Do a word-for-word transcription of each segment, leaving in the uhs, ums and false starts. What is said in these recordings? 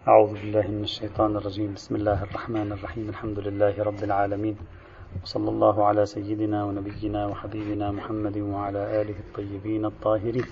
أعوذ بالله من الشيطان الرجيم. بسم الله الرحمن الرحيم. الحمد لله رب العالمين، وصلى الله على سيدنا ونبينا وحبيبنا محمد وعلى آله الطيبين الطاهرين.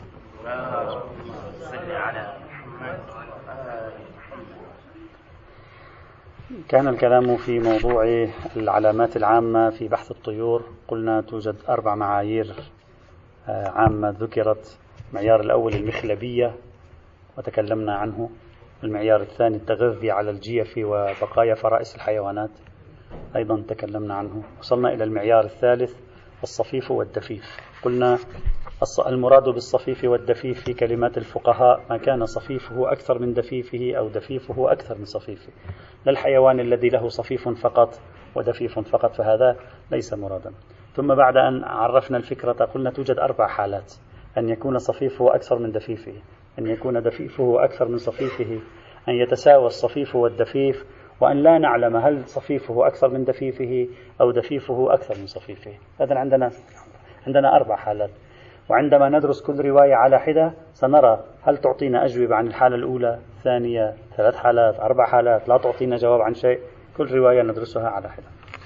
كان الكلام في موضوع العلامات العامة في بحث الطيور. قلنا توجد أربع معايير عامة ذكرت. المعيار الأول المخلبية وتكلمنا عنه. المعيار الثاني التغذي على الجيف وبقايا فرائس الحيوانات، أيضا تكلمنا عنه. وصلنا إلى المعيار الثالث الصفيف والدفيف. قلنا المراد بالصفيف والدفيف في كلمات الفقهاء ما كان صفيفه أكثر من دفيفه أو دفيفه أكثر من صفيفه. لا الحيوان الذي له صفيف فقط ودفيف فقط، فهذا ليس مرادا. ثم بعد أن عرفنا الفكرة قلنا توجد أربع حالات: أن يكون صفيفه أكثر من دفيفه، أن يكون دفيفه أكثر من صفيفه، أن يتساوى الصفيف والدفيف، وأن لا نعلم هل صفيفه أكثر من دفيفه أو دفيفه أكثر من صفيفه. هذا عندنا عندنا أربع حالات، وعندما ندرس كل رواية على حدة سنرى هل تعطينا أجوبة عن الحالة الأولى، ثانية، ثلاث حالات، أربع حالات، لا تعطينا جواب عن شيء. كل رواية ندرسها على حدة.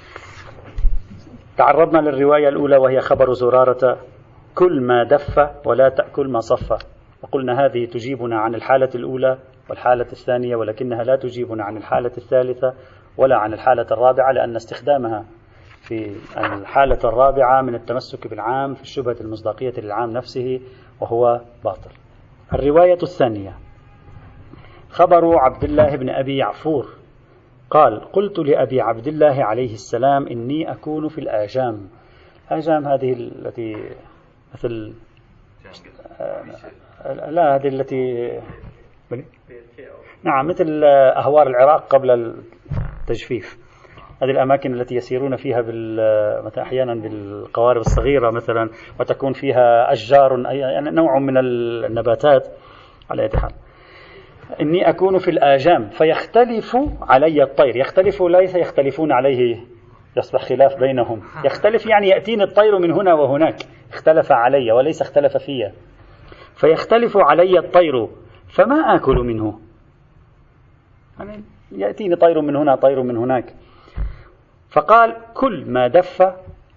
تعرضنا للرواية الأولى وهي خبر زرارة: كل ما دف ولا تأكل ما صف. وقلنا هذه تجيبنا عن الحالة الأولى والحالة الثانية، ولكنها لا تجيبنا عن الحالة الثالثة ولا عن الحالة الرابعة، لأن استخدامها في الحالة الرابعة من التمسك بالعام في الشبهة المصداقية للعام نفسه، وهو باطل. الرواية الثانية خبر عبد الله بن أبي يعفور قال: قلت لأبي عبد الله عليه السلام إني أكون في الآجام. الآجام هذه التي مثل لا هذه التي نعم مثل أهوار العراق قبل التجفيف. هذه الأماكن التي يسيرون فيها مثلا أحيانا بالقوارب الصغيرة مثلا، وتكون فيها أشجار يعني نوع من النباتات. على أي حال إني أكون في الآجام فيختلف علي الطير. يختلف ليس يختلفون عليه يصبح خلاف بينهم، يختلف يعني يأتيني الطير من هنا وهناك. اختلف علي وليس اختلف فيا. فيختلف علي الطير فما آكل منه، يعني يأتيني طير من هنا طير من هناك. فقال: كل ما دف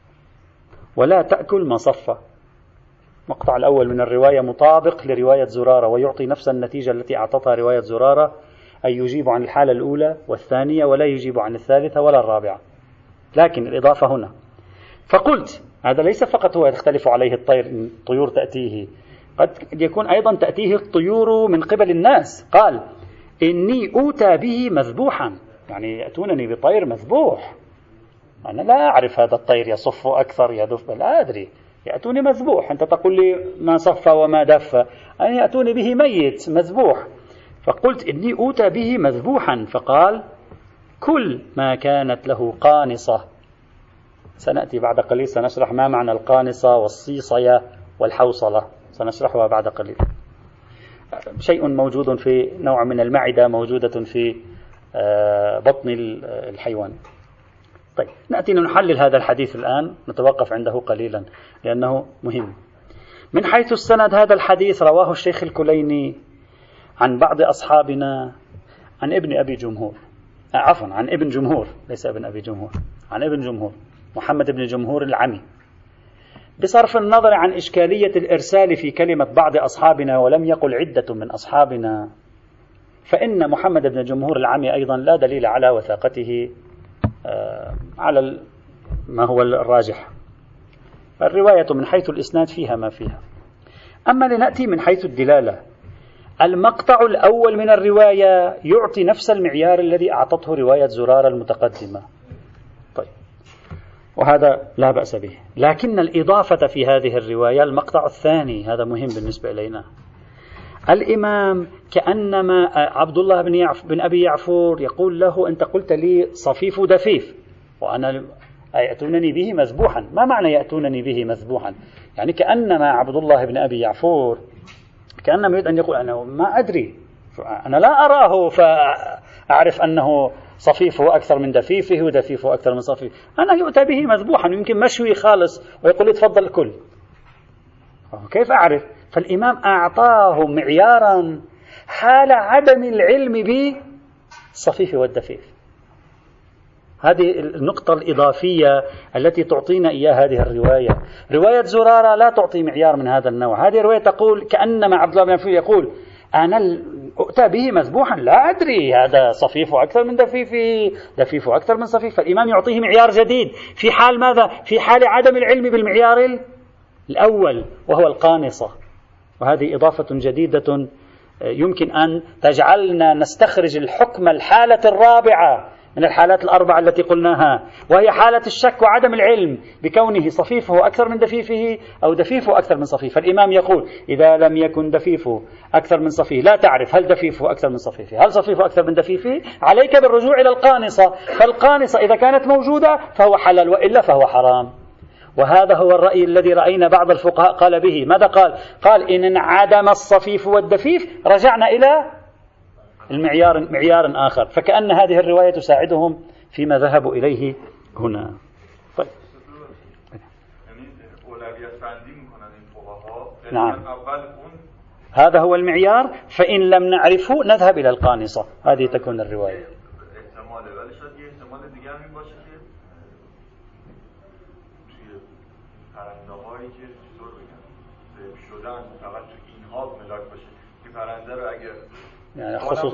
ولا تأكل ما صف. المقطع الأول من الرواية مطابق لرواية زرارة ويعطي نفس النتيجة التي أعطتها رواية زرارة، أي يجيب عن الحالة الأولى والثانية ولا يجيب عن الثالثة ولا الرابعة. لكن الإضافة هنا. فقلت هذا ليس فقط هو يختلف عليه الطير، الطيور تأتيه، قد يكون أيضا تأتيه الطيور من قبل الناس. قال: إني أوتى به مذبوحا، يعني يأتونني بطير مذبوح. أنا لا أعرف هذا الطير يصف أكثر يدف، لا أدري. يأتوني مذبوح، أنت تقول لي ما صف وما دف، يعني يأتوني به ميت مذبوح. فقلت: إني أوتى به مذبوحا. فقال: كل ما كانت له قانصة. سنأتي بعد قليل سنشرح ما معنى القانصة والصيصية والحوصلة، سنشرحها بعد قليل. شيء موجود في نوع من المعدة، موجودة في بطن الحيوان. طيب نأتي نحلل هذا الحديث الآن، نتوقف عنده قليلا لأنه مهم. من حيث السند هذا الحديث رواه الشيخ الكليني عن بعض أصحابنا عن ابن أبي جمهور، عفوا عن ابن جمهور، ليس ابن أبي جمهور، عن ابن جمهور محمد بن جمهور العمي. بصرف النظر عن إشكالية الإرسال في كلمة بعض أصحابنا، ولم يقل عدة من أصحابنا، فإن محمد بن جمهور العمي أيضا لا دليل على وثاقته على ما هو الراجح. الرواية من حيث الإسناد فيها ما فيها. أما لنأتي من حيث الدلالة. المقطع الأول من الرواية يعطي نفس المعيار الذي أعطته رواية زرارة المتقدمة. طيب، وهذا لا بأس به، لكن الإضافة في هذه الرواية المقطع الثاني، هذا مهم بالنسبة إلينا. الإمام كأنما عبد الله بن, يعف بن أبي يعفور يقول له: أنت قلت لي صفيف دفيف وأنا يأتونني به مذبوحا. ما معنى يأتونني به مذبوحا؟ يعني كأنما عبد الله بن أبي يعفور كأنما يريد أن يقول: أنا ما أدري، أنا لا أراه فأعرف أنه صفيفه أكثر من دفيفه ودفيفه أكثر من صفيفه. أنا يؤتى به مذبوحا، يمكن مشوي خالص ويقول لي تفضل كل. كيف أعرف؟ فالإمام أعطاه معيارا حال عدم العلم به الصفيف والدفيف. هذه النقطة الإضافية التي تعطينا إياها هذه الرواية. رواية زرارة لا تعطي معيار من هذا النوع. هذه الرواية تقول كأنما عبد الله بن مسعود يقول أنا أؤتى به مذبوحا لا أدري هذا صفيف أكثر من دفيفه، دفيف أكثر من صفيف. فالإمام يعطيه معيار جديد في حال ماذا؟ في حال عدم العلم بالمعيار الأول وهو القانصة. وهذه إضافة جديدة يمكن أن تجعلنا نستخرج الحكم الحالة الرابعة من الحالات الأربعة التي قلناها، وهي حالة الشك وعدم العلم بكونه صفيفه أكثر من دفيفه أو دفيفه أكثر من صفيف. فالإمام يقول إذا لم يكن دفيفه أكثر من صفيف لا تعرف هل دفيفه أكثر من صفيفه، هل صفيفه أكثر من دفيفه، عليك بالرجوع إلى القانصة. فالقانصة إذا كانت موجودة فهو حلال وإلا فهو حرام. وهذا هو الرأي الذي رأينا بعض الفقهاء قال به. ماذا قال؟ قال إن انعدم الصفيف والدفيف رجعنا إلى المعيار معيار آخر. فكأن هذه الرواية تساعدهم فيما ذهبوا إليه هنا. طيب. نعم. هذا هو المعيار، فإن لم نعرفه نذهب إلى القانصة. هذه تكون الرواية. يعني خصوص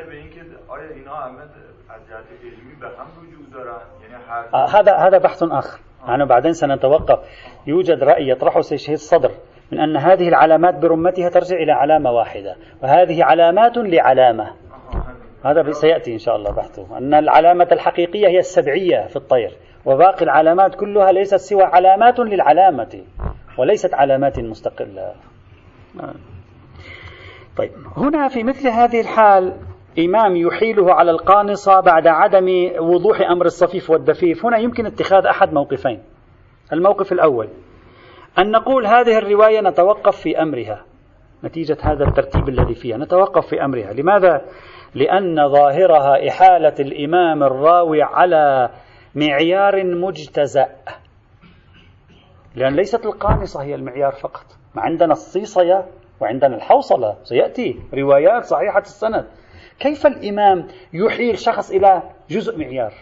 آه هذا هذا بحث آخر عنه بعدين سنتوقف. يوجد رأي يطرحه الشيخ الصدر من أن هذه العلامات برمتها ترجع إلى علامة واحدة، وهذه علامات لعلامة. هذا سيأتي إن شاء الله بحثه، أن العلامة الحقيقية هي السبعية في الطير، وباقي العلامات كلها ليست سوى علامات للعلامة وليست علامات مستقلة. طيب، هنا في مثل هذه الحال إمام يحيله على القانصة بعد عدم وضوح أمر الصفيف والدفيف. هنا يمكن اتخاذ أحد موقفين. الموقف الأول أن نقول هذه الرواية نتوقف في أمرها، نتيجة هذا الترتيب الذي فيها نتوقف في أمرها. لماذا؟ لأن ظاهرها إحالة الإمام الراوي على معيار مجتزأ، لأن ليست القانصة هي المعيار فقط، ما عندنا الصيصية وعندنا الحوصلة، سيأتي روايات صحيحة السند. كيف الإمام يحيل شخص إلى جزء معيار؟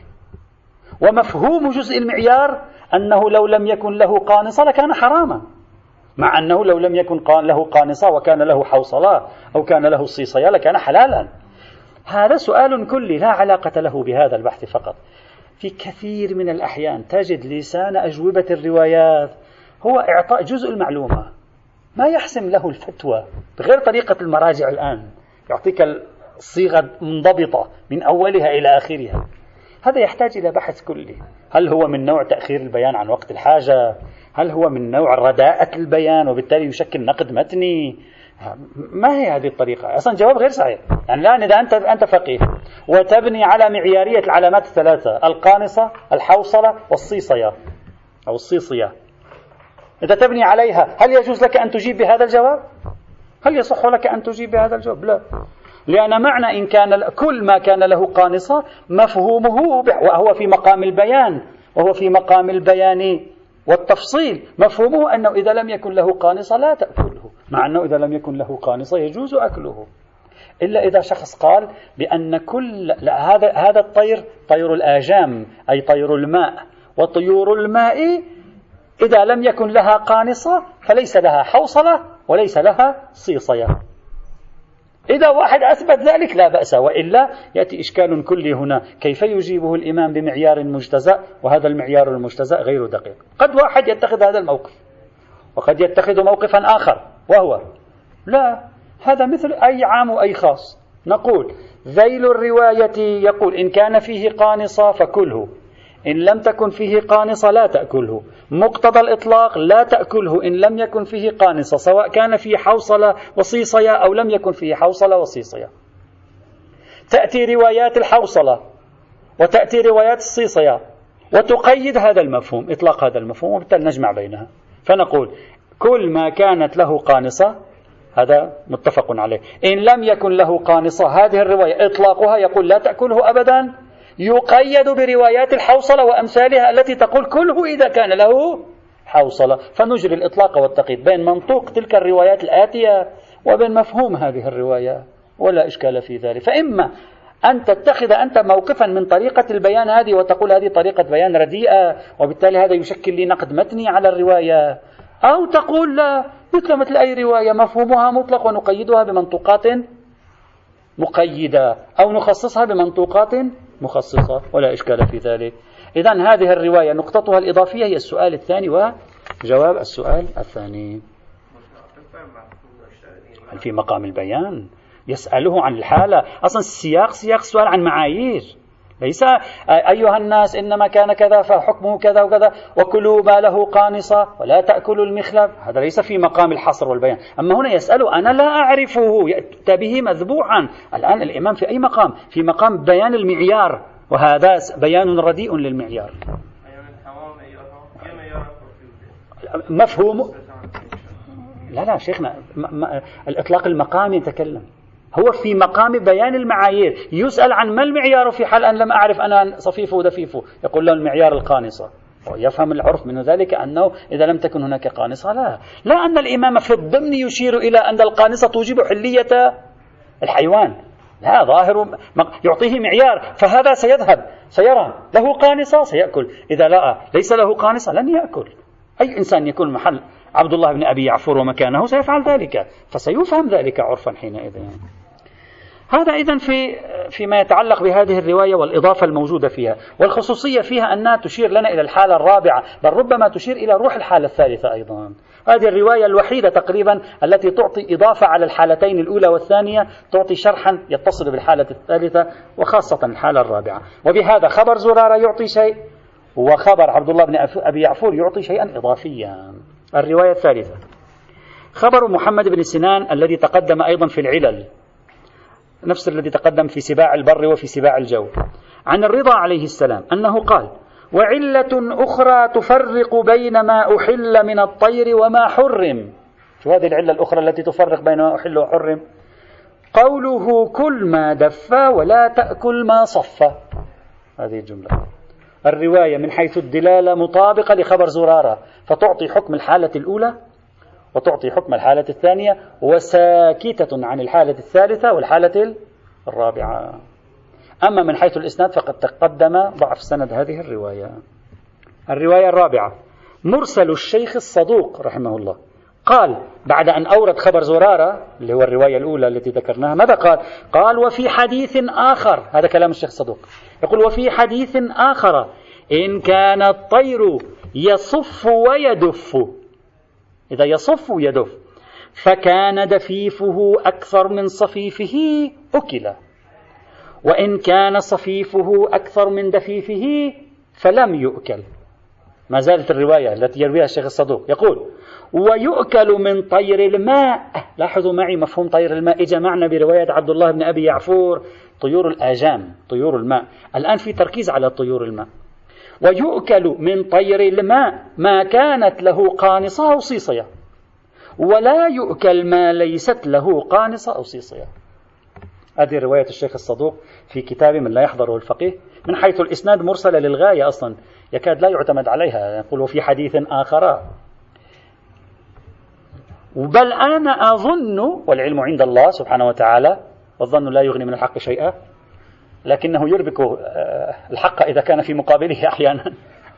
ومفهوم جزء المعيار أنه لو لم يكن له قانصة لكان حراما، مع أنه لو لم يكن له قانصة وكان له حوصلة أو كان له صيصية لكان حلالا. هذا سؤال كلي لا علاقة له بهذا البحث فقط. في كثير من الأحيان تجد لسان أجوبة الروايات هو إعطاء جزء المعلومة، ما يحسم له الفتوى بغير طريقة المراجع الآن، يعطيك الصيغة منضبطة من أولها إلى آخرها. هذا يحتاج إلى بحث كلي. هل هو من نوع تأخير البيان عن وقت الحاجة؟ هل هو من نوع رداءة البيان وبالتالي يشكل نقد متني؟ ما هي هذه الطريقة؟ أصلا جواب غير صحيح. يعني الآن إذا أنت أنت فقيه وتبني على معيارية العلامات الثلاثة، القانصة، الحوصلة، والصيصية أو الصيصية، إذا تبني عليها هل يجوز لك أن تجيب بهذا الجواب؟ هل يصح لك أن تجيب بهذا الجواب؟ لا، لأن معنى إن كان كل ما كان له قانصة مفهومه وهو في مقام البيان وهو في مقام البيان والتفصيل، مفهومه أنه إذا لم يكن له قانصة لا تأكله، مع أنه إذا لم يكن له قانصة يجوز أكله، إلا إذا شخص قال بأن كل لا هذا هذا الطير طير الآجام أي طير الماء، وطيور الماء إذا لم يكن لها قانصة فليس لها حوصلة وليس لها صيصية. إذا واحد أثبت ذلك لا بأس، وإلا يأتي إشكال كلي هنا، كيف يجيبه الإمام بمعيار مجتزأ وهذا المعيار المجتزأ غير دقيق؟ قد واحد يتخذ هذا الموقف وقد يتخذ موقفا آخر، وهو لا، هذا مثل أي عام وأي خاص. نقول ذيل الرواية يقول إن كان فيه قانصة فكله، إن لم تكن فيه قانصة لا تأكله. مقتضى الإطلاق لا تأكله إن لم يكن فيه قانصة، سواء كان فيه حوصلة وصيصية أو لم يكن فيه حوصلة وصيصية. تأتي روايات الحوصلة وتأتي روايات الصيصية وتقيد هذا المفهوم، إطلاق هذا المفهوم، وبالتالي نجمع بينها فنقول كل ما كانت له قانصة هذا متفق عليه، إن لم يكن له قانصة هذه الرواية إطلاقها يقول لا تأكله أبدا، يقيد بروايات الحوصلة وأمثالها التي تقول كله إذا كان له حوصلة. فنجري الإطلاق والتقييد بين منطوق تلك الروايات الآتية وبين مفهوم هذه الرواية، ولا إشكال في ذلك. فإما أن تتخذ أنت موقفا من طريقة البيان هذه وتقول هذه طريقة بيان رديئة وبالتالي هذا يشكل لي نقد متني على الرواية، أو تقول لا، مثل مثل أي رواية مفهومها مطلق ونقيدها بمنطوقات مقيدة أو نخصصها بمنطوقات مخصصة ولا إشكال في ذلك. إذن هذه الرواية نقطتها الإضافية هي السؤال الثاني وجواب السؤال الثاني. هل في مقام البيان يسأله عن الحالة؟ أصلا السياق سياق سؤال عن معايير، ليس أيها الناس إنما كان كذا فحكمه كذا وكذا وكلوا ما له قانصة ولا تأكلوا المخلب، هذا ليس في مقام الحصر والبيان. أما هنا يسأله أنا لا أعرفه، يأتى به مذبوحا. الآن الإمام في أي مقام؟ في مقام بيان المعيار، وهذا بيان رديء للمعيار. مفهوم لا لا شيخنا، الإطلاق المقامي يتكلم، هو في مقام بيان المعايير. يسأل عن ما المعيار في حال أن لم أعرف أنا صفيفه ودفيفه، يقول له المعيار القانصة، ويفهم العرف من ذلك أنه إذا لم تكن هناك قانصة لا لا أن الإمام في الضمن يشير إلى أن القانصة توجب حلية الحيوان، لا، ظاهر يعطيه معيار، فهذا سيذهب سيرى له قانصة سيأكل، إذا لا ليس له قانصة لن يأكل. أي إنسان يكون محل عبد الله بن أبي يعفور ومكانه سيفعل ذلك، فسيفهم ذلك عرفا حينئذ. هذا إذن في فيما يتعلق بهذه الرواية والإضافة الموجودة فيها، والخصوصية فيها أنها تشير لنا إلى الحالة الرابعة، بل ربما تشير إلى روح الحالة الثالثة أيضا. هذه الرواية الوحيدة تقريبا التي تعطي إضافة على الحالتين الأولى والثانية، تعطي شرحا يتصل بالحالة الثالثة وخاصة الحالة الرابعة. وبهذا خبر زرارة يعطي شيء، وخبر عبد الله بن أبي يعفور يعطي شيئا إضافيا. الرواية الثالثة خبر محمد بن سنان الذي تقدم أيضا في العلل، نفس الذي تقدم في سباع البر وفي سباع الجو، عن الرضا عليه السلام أنه قال: وعلة أخرى تفرق بين ما أحل من الطير وما حرم. شو هذه العلة الأخرى التي تفرق بين ما أحل وحرم؟ قوله كل ما دفى ولا تأكل ما صفى. هذه الجملة الرواية من حيث الدلالة مطابقة لخبر زرارة، فتعطي حكم الحالة الأولى وتعطي حكم الحالة الثانية، وساكتة عن الحالة الثالثة والحالة الرابعة. أما من حيث الإسناد فقد تقدم ضعف سند هذه الرواية. الرواية الرابعة مرسل الشيخ الصدوق رحمه الله، قال بعد أن أورد خبر زرارة اللي هو الرواية الأولى التي ذكرناها، ماذا قال؟ قال: وفي حديث آخر، هذا كلام الشيخ الصدوق، يقول: وفي حديث آخر إن كان الطير يصف ويدف، إذا يصف ويدف فكان دفيفه أكثر من صفيفه أكل، وإن كان صفيفه أكثر من دفيفه فلم يؤكل. ما زالت الرواية التي يرويها الشيخ الصدوق، يقول: ويؤكل من طير الماء. لاحظوا معي مفهوم طير الماء إجا معنا برواية عبد الله بن أبي يعفور طيور الآجام، طيور الماء. الآن في تركيز على طيور الماء. ويؤكل من طير الماء ما كانت له قانصة أو صيصية، ولا يؤكل ما ليست له قانصة أو صيصية. هذه رواية الشيخ الصدوق في كتاب من لا يحضره الفقيه، من حيث الإسناد مرسلة للغاية، أصلا يكاد لا يعتمد عليها، يقول: وفي حديث آخر. بل أنا أظن، والعلم عند الله سبحانه وتعالى، والظن لا يغني من الحق شيئا، لكنه يربك الحق إذا كان في مقابله أحيانا.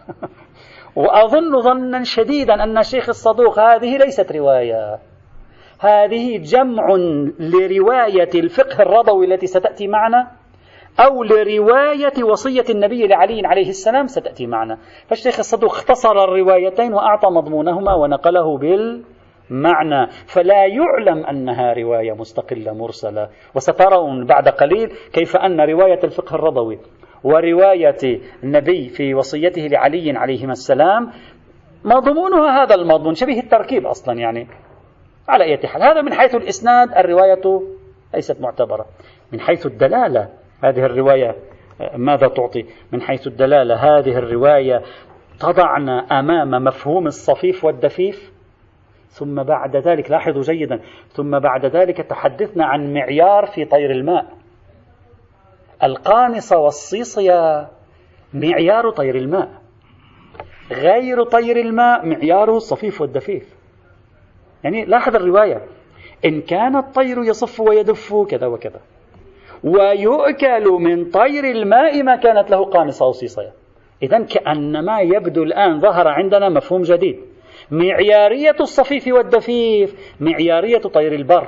وأظن ظنا شديدا أن الشيخ الصدوق هذه ليست رواية، هذه جمع لرواية الفقه الرضوي التي ستأتي معنا، أو لرواية وصية النبي لعلي عليه السلام ستأتي معنا. فالشيخ الصدوق اختصر الروايتين وأعطى مضمونهما ونقله بالمعنى، فلا يعلم أنها رواية مستقلة مرسلة. وسترون بعد قليل كيف أن رواية الفقه الرضوي ورواية النبي في وصيته لعلي عليه السلام مضمونها هذا المضمون، شبيه التركيب أصلا يعني. على أي حال، هذا من حيث الإسناد الرواية ليست معتبرة. من حيث الدلالة هذه الرواية ماذا تعطي؟ من حيث الدلالة هذه الرواية تضعنا أمام مفهوم الصفيف والدفيف، ثم بعد ذلك لاحظوا جيدا، ثم بعد ذلك تحدثنا عن معيار في طير الماء. القانصة والصيصية معيار طير الماء، غير طير الماء معياره الصفيف والدفيف. يعني لاحظ الرواية: إن كان الطير يصف ويدف كذا وكذا، ويؤكل من طير الماء ما كانت له قانصة أو صيصية. إذن كأنما يبدو الآن ظهر عندنا مفهوم جديد: معيارية الصفيف والدفيف معيارية طير البر،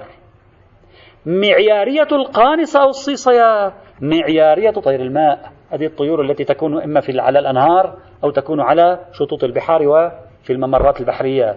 معيارية القانصة أو الصيصية معيارية طير الماء. هذه الطيور التي تكون إما في على الأنهار أو تكون على شطوط البحار وفي الممرات البحرية.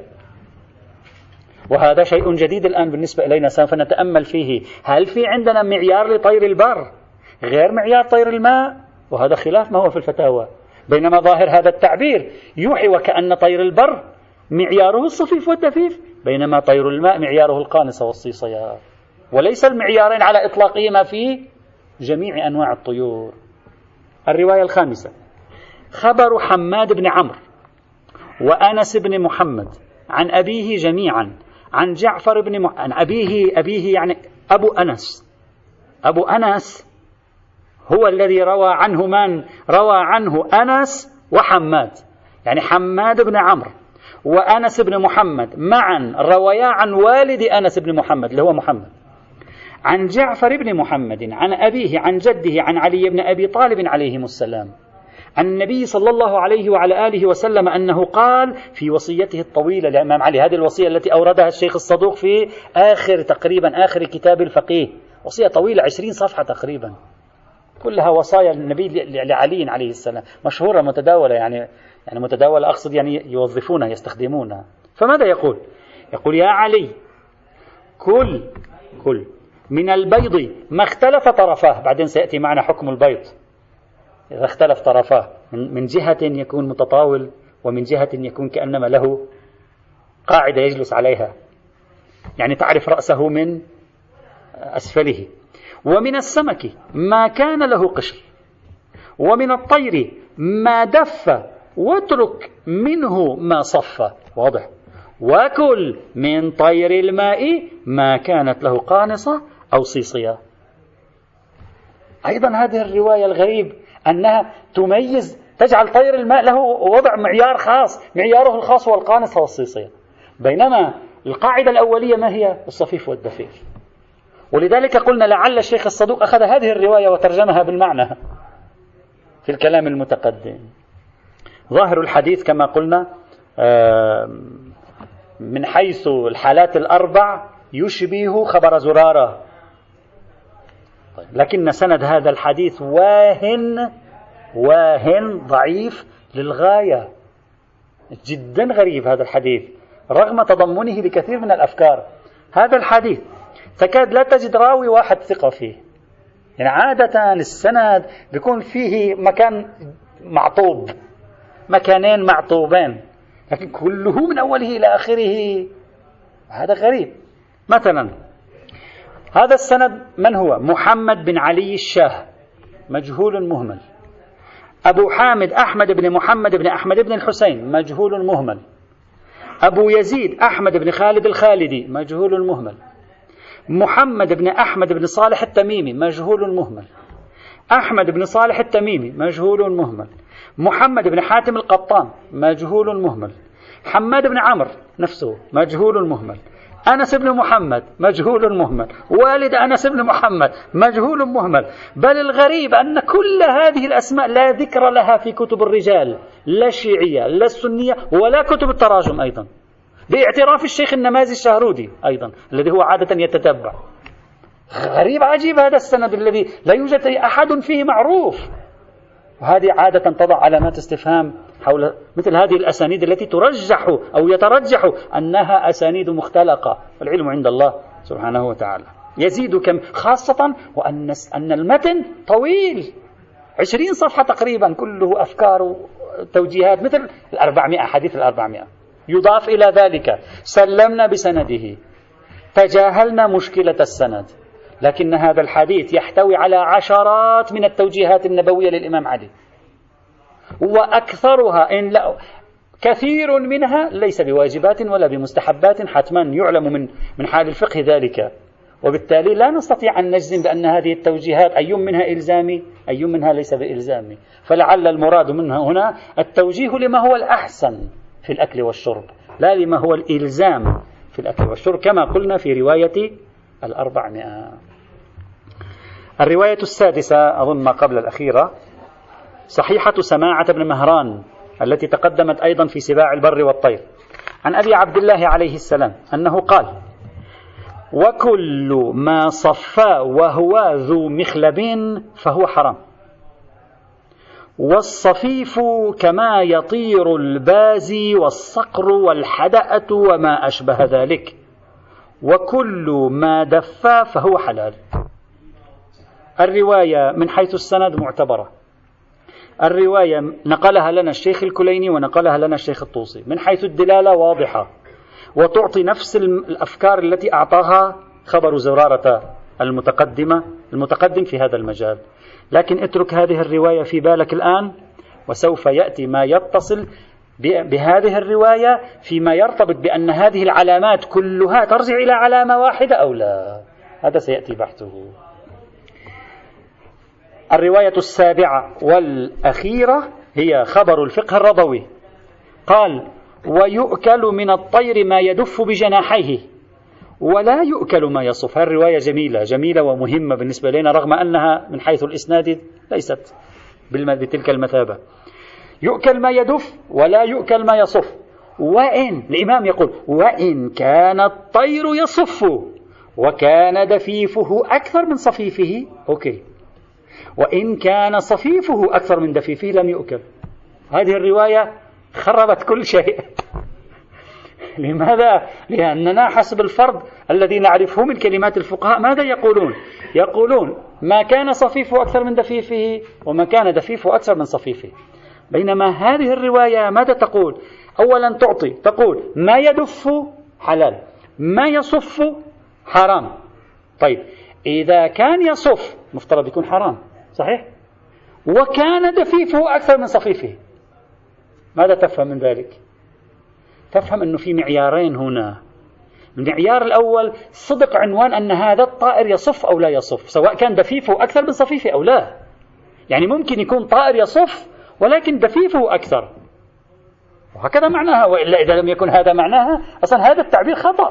وهذا شيء جديد الآن بالنسبة إلينا، سوف نتأمل فيه. هل في عندنا معيار لطير البر غير معيار طير الماء؟ وهذا خلاف ما هو في الفتاوى، بينما ظاهر هذا التعبير يوحي وكأن طير البر معياره الصفيف والدفيف، بينما طير الماء معياره القانصة والصيصية، وليس المعيارين على إطلاقهما في جميع أنواع الطيور. الرواية الخامسة: خبر حماد بن عمرو وأنس بن محمد عن أبيه جميعا عن جعفر بن مح... عن أبيه أبيه يعني أبو أنس. أبو أنس هو الذي روى عنه من؟ روى عنه أنس وحماد، يعني حماد بن عمرو وأنس بن محمد معا رويا عن والد أنس بن محمد اللي هو محمد، عن جعفر بن محمد عن أبيه عن جده عن علي بن أبي طالب عليهم السلام عن النبي صلى الله عليه وعلى آله وسلم أنه قال في وصيته الطويلة للإمام علي، هذه الوصية التي أوردها الشيخ الصدوق في آخر تقريبا آخر كتاب الفقيه، وصية طويلة عشرين صفحة تقريبا، كلها وصايا النبي لعلي عليه السلام، مشهورة متداولة، يعني يعني متداولة أقصد يعني يوظفونها يستخدمونها. فماذا يقول؟ يقول: يا علي، كل كل من البيض ما اختلف طرفاه. بعدين سيأتي معنا حكم البيض إذا اختلف طرفاه، من جهة يكون متطاول ومن جهة يكون كأنما له قاعدة يجلس عليها، يعني تعرف رأسه من أسفله. ومن السمك ما كان له قشر، ومن الطير ما دف واترك منه ما صف. واضح. وكل من طير الماء ما كانت له قانصة أو صيصية. أيضا هذه الرواية الغريب أنها تميز، تجعل طير الماء له وضع معيار خاص، معياره الخاص هو القانصة والصيصية، بينما القاعدة الأولية ما هي؟ الصفيف والدفيف. ولذلك قلنا لعل الشيخ الصدوق أخذ هذه الرواية وترجمها بالمعنى في الكلام المتقدم. ظاهر الحديث كما قلنا من حيث الحالات الأربع يشبه خبر زرارة، لكن سند هذا الحديث واهن واهن ضعيف للغاية، جدا غريب هذا الحديث رغم تضمنه لكثير من الأفكار. هذا الحديث تكاد لا تجد راوي واحد ثقة فيه، يعني عادة السند بيكون فيه مكان معطوب، مكانين معطوبين، لكن كله من أوله إلى آخره. هذا غريب. مثلا هذا السند من هو؟ محمد بن علي الشاه، مجهول مهمل. أبو حامد أحمد بن محمد بن أحمد بن الحسين، مجهول مهمل. أبو يزيد أحمد بن خالد الخالدي، مجهول مهمل. محمد بن أحمد بن صالح التميمي، مجهول مهمل. أحمد بن صالح التميمي، مجهول مهمل. محمد بن حاتم القطان، مجهول مهمل. حماد بن عمرو نفسه، مجهول مهمل. أنس بن محمد، مجهول مهمل. والد أنس بن محمد، مجهول مهمل. بل الغريب أن كل هذه الأسماء لا ذكر لها في كتب الرجال، لا الشيعية لا السنية ولا كتب التراجم أيضا، باعتراف الشيخ النمازي الشهرودي أيضا الذي هو عادة يتتبع. غريب عجيب هذا السند الذي لا يوجد أحد فيه معروف. وهذه عادة تضع علامات استفهام حول مثل هذه الأسانيد التي ترجح أو يترجح أنها أسانيد مختلقة، والعلم عند الله سبحانه وتعالى. يزيد كم، خاصة وأن أن المتن طويل عشرين صفحة تقريبا، كله أفكار وتوجيهات مثل الأربعمائة حديث الأربعمائة. يضاف إلى ذلك سلمنا بسنده، تجاهلنا مشكلة السند، لكن هذا الحديث يحتوي على عشرات من التوجيهات النبوية للإمام علي، وأكثرها إن لا كثير منها ليس بواجبات ولا بمستحبات، حتما يعلم من من حال الفقه ذلك. وبالتالي لا نستطيع أن نجزم بأن هذه التوجيهات أي منها إلزامي أي منها ليس بإلزامي. فلعل المراد منها هنا التوجيه لما هو الأحسن في الأكل والشرب، لا لما هو الإلزام في الأكل والشرب، كما قلنا في رواية الأربعمائة. الرواية السادسة أظن ما قبل الأخيرة، صحيحة سماعة بن مهران التي تقدمت أيضا في سباع البر والطير، عن أبي عبد الله عليه السلام أنه قال: وكل ما صفى وهو ذو مخلب فهو حرام، والصفيف كما يطير البازي والصقر والحدأة وما أشبه ذلك، وكل ما دفى فهو حلال. الرواية من حيث السند معتبرة، الرواية نقلها لنا الشيخ الكليني ونقلها لنا الشيخ الطوسي، من حيث الدلالة واضحة وتعطي نفس الأفكار التي أعطاها خبر زرارة المتقدمة المتقدم في هذا المجال. لكن اترك هذه الرواية في بالك الآن، وسوف يأتي ما يتصل بهذه الرواية فيما يرتبط بأن هذه العلامات كلها ترجع إلى علامة واحدة أو لا، هذا سيأتي بحثه. الرواية السابعة والأخيرة هي خبر الفقه الرضوي، قال: ويؤكل من الطير ما يدف بجناحيه ولا يؤكل ما يصف. هالرواية جميلة جميلة ومهمة بالنسبة لنا رغم أنها من حيث الإسناد ليست بتلك المثابة. يؤكل ما يدف ولا يؤكل ما يصف، وإن الإمام يقول: وإن كان الطير يصف وكان دفيفه أكثر من صفيفه أوكي، وإن كان صفيفه أكثر من دفيفه لم يؤكل. هذه الرواية خربت كل شيء. لماذا؟ لأننا حسب الفرض الذي نعرفه من كلمات الفقهاء ماذا يقولون؟ يقولون ما كان صفيفه أكثر من دفيفه وما كان دفيفه أكثر من صفيفه. بينما هذه الرواية ماذا تقول؟ أولا تعطي تقول ما يدف حلال، ما يصف حرام. طيب إذا كان يصف مفترض يكون حرام، صحيح؟ وكان دفيفه أكثر من صفيفه، ماذا تفهم من ذلك؟ تفهم أنه في معيارين هنا. المعيار الأول صدق عنوان أن هذا الطائر يصف أو لا يصف، سواء كان دفيفه أكثر من صفيفه أو لا. يعني ممكن يكون طائر يصف ولكن دفيفه أكثر، وهكذا معناها، وإلا إذا لم يكن هذا معناها أصلا هذا التعبير خطأ.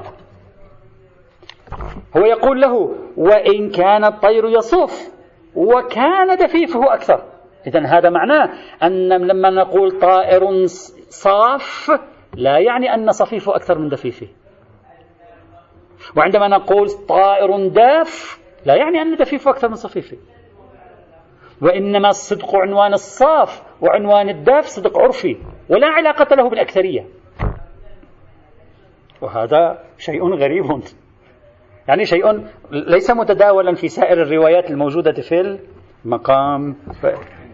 هو يقول له: وإن كان الطير يصف وكان دفيفه أكثر، إذن هذا معناه أن لما نقول طائر صاف لا يعني أن صفيفه أكثر من دفيفه، وعندما نقول طائر داف لا يعني أن دفيفه أكثر من صفيفه، وإنما الصدق عنوان الصاف وعنوان الداف صدق عرفي ولا علاقة له بالأكثرية. وهذا شيء غريب، يعني شيء ليس متداولا في سائر الروايات الموجودة في المقام. ف...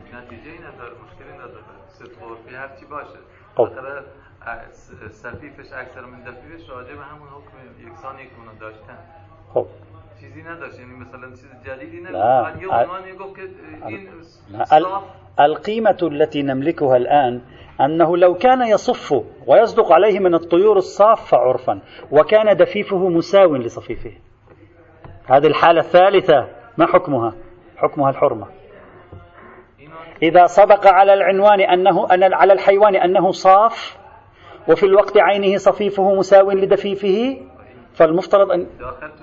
صفیفش اکثر من دفیفش راجع به همون حکم یکسان یکونه داشتن. خب چیزی نداشت، یعنی مثلا چیز جدیدی نبود. لا یه عنوان يقول که این صاف. القيمة التي نملكها الآن أنه لو كان يصف ويصدق عليه من الطيور الصافة عرفا وكان دفيفه مساو لصفيفه، هذه الحالة الثالثة ما حكمها؟ حكمها الحرمة. إذا صدق على العنوان أنه أن على الحيوان أنه صاف وفي الوقت عينه صفيفه مساو لدفيفه فالمفترض أن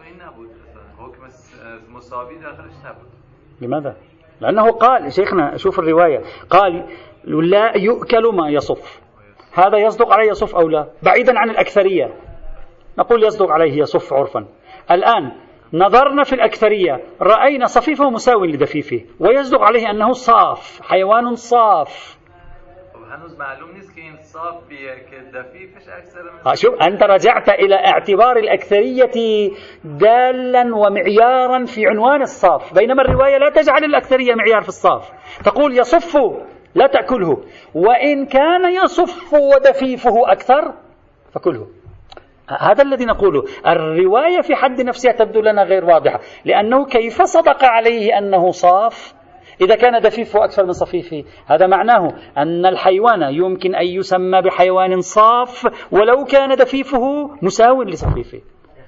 لماذا؟ لأنه قال شيخنا شوف الرواية، قال لا يؤكل ما يصف. هذا يصدق عليه يصف أو لا؟ بعيدا عن الأكثرية نقول يصدق عليه يصف عرفا. الآن نظرنا في الأكثرية رأينا صفيفه مساو لدفيفه ويصدق عليه أنه صاف، حيوان صاف. هنوز معلوم نیست که این صاف بیه که دفیفش اکثر من. شوف أنت رجعت إلى اعتبار الأكثرية دالا ومعيارا في عنوان الصاف، بينما الرواية لا تجعل الأكثرية معيار في الصاف، تقول يصف لا تأكله، وإن كان يصف ودفيفه أكثر فكله. هذا الذي نقوله. الرواية في حد نفسها تبدو لنا غير واضحة، لأنه كيف صدق عليه أنه صاف إذا كان دفيفه أكثر من صفيفه؟ هذا معناه أن الحيوان يمكن أن يسمى بحيوان صاف ولو كان دفيفه مساو لصفيفه.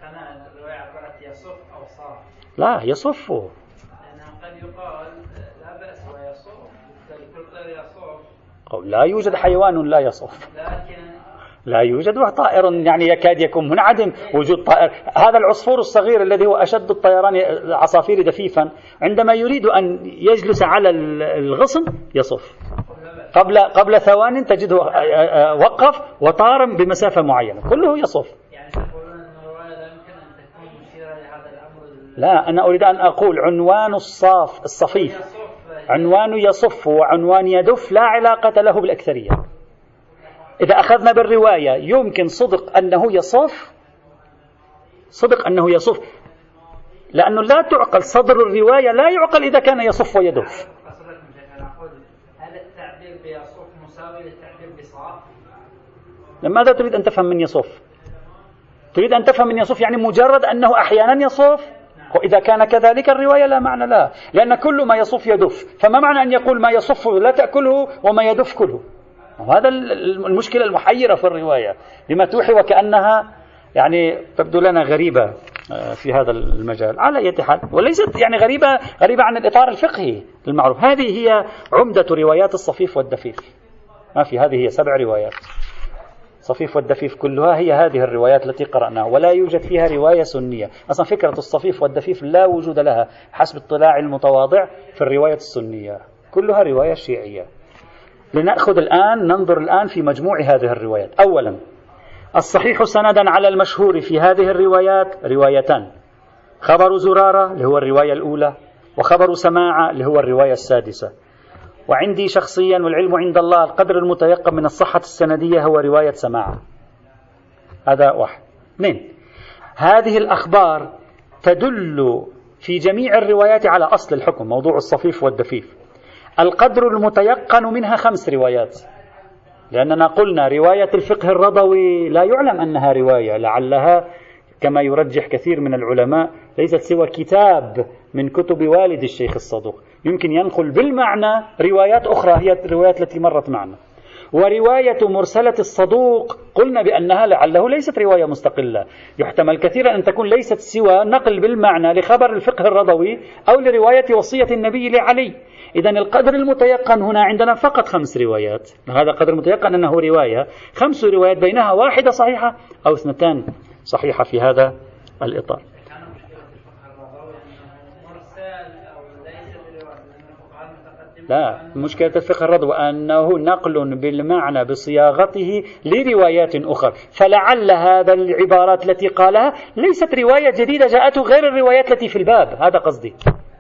لا يصف، قد يقال لا بأس ويصف، لا يوجد حيوان لا يصف، لا يوجد طائر يعني يكاد يكون منعدم وجود طائر. هذا العصفور الصغير الذي هو أشد الطيران العصافير دفيفا عندما يريد أن يجلس على الغصن يصف، قبل قبل ثوان تجده وقف وطار بمسافة معينة، كله يصف. لا، أنا أريد أن أقول عنوان الصاف الصفيف عنوان يصف وعنوان يدف لا علاقة له بالأكثرية. إذا أخذنا بالرواية يمكن صدق أنه يصف، صدق أنه يصف، لأنه لا تعقل صدر الرواية، لا يعقل إذا كان يصف ويدف. هل التعبير بيصف مساوي للتعبير بصاف؟ ماذا تريد أن تفهم من يصف؟ تريد أن تفهم من يصف يعني مجرد أنه أحيانا يصف؟ وإذا كان كذلك الرواية لا معنى لها، لأن كل ما يصف يدف، فما معنى أن يقول ما يصف لا تأكله وما يدف كله؟ وهذا المشكلة المحيرة في الرواية، لما توحي وكأنها يعني تبدو لنا غريبة في هذا المجال على أي حال، وليست يعني غريبة غريبة عن الإطار الفقهي المعروف. هذه هي عمدة روايات الصفيف والدفيف، ما في، هذه هي سبع روايات، الصفيف والدفيف كلها هي هذه الروايات التي قرأناها، ولا يوجد فيها رواية سنية. أصلا فكرة الصفيف والدفيف لا وجود لها حسب اطلاع المتواضع في الرواية السنية، كلها رواية شيعية. لنأخذ الآن ننظر الآن في مجموع هذه الروايات. أولا، الصحيح سندا على المشهور في هذه الروايات روايتان: خبر زرارة اللي هو الرواية الأولى، وخبر سماعة اللي هو الرواية السادسة. وعندي شخصيا والعلم عند الله القدر المتيقن من الصحة السندية هو رواية سماعة. هذا واحد. اثنين، هذه الأخبار تدل في جميع الروايات على أصل الحكم، موضوع الصفيف والدفيف. القدر المتيقن منها خمس روايات، لأننا قلنا رواية الفقه الرضوي لا يعلم أنها رواية، لعلها كما يرجح كثير من العلماء ليست سوى كتاب من كتب والد الشيخ الصدوق، يمكن ينقل بالمعنى روايات أخرى هي الروايات التي مرت معنا. ورواية مرسلة الصدوق قلنا بأنها لعله ليست رواية مستقلة، يحتمل كثيرا أن تكون ليست سوى نقل بالمعنى لخبر الفقه الرضوي أو لرواية وصية النبي لعلي. إذن القدر المتيقن هنا عندنا فقط خمس روايات، هذا قدر متيقن أنه رواية، خمس روايات بينها واحدة صحيحة أو اثنتان صحيحة في هذا الإطار. لا، مشكلة الفقه الرضوي أنه نقل بالمعنى بصياغته لروايات أخرى، فلعل هذا العبارات التي قالها ليست رواية جديدة جاءته غير الروايات التي في الباب، هذا قصدي.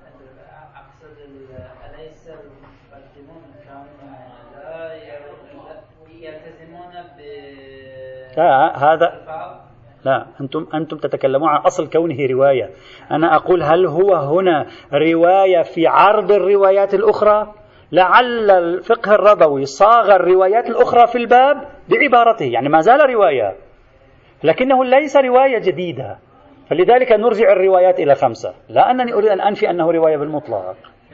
لا، هذا لا، أنتم أنتم تتكلمون عن أصل كونه رواية، أنا أقول هل هو هنا رواية في عرض الروايات الأخرى؟ لعل الفقه الرضوي صاغ الروايات الأخرى في الباب بعبارته، يعني ما زال رواية لكنه ليس رواية جديدة، فلذلك نرجع الروايات إلى خمسة، لا أنني أريد أن أنفي أنه رواية بالمطلق.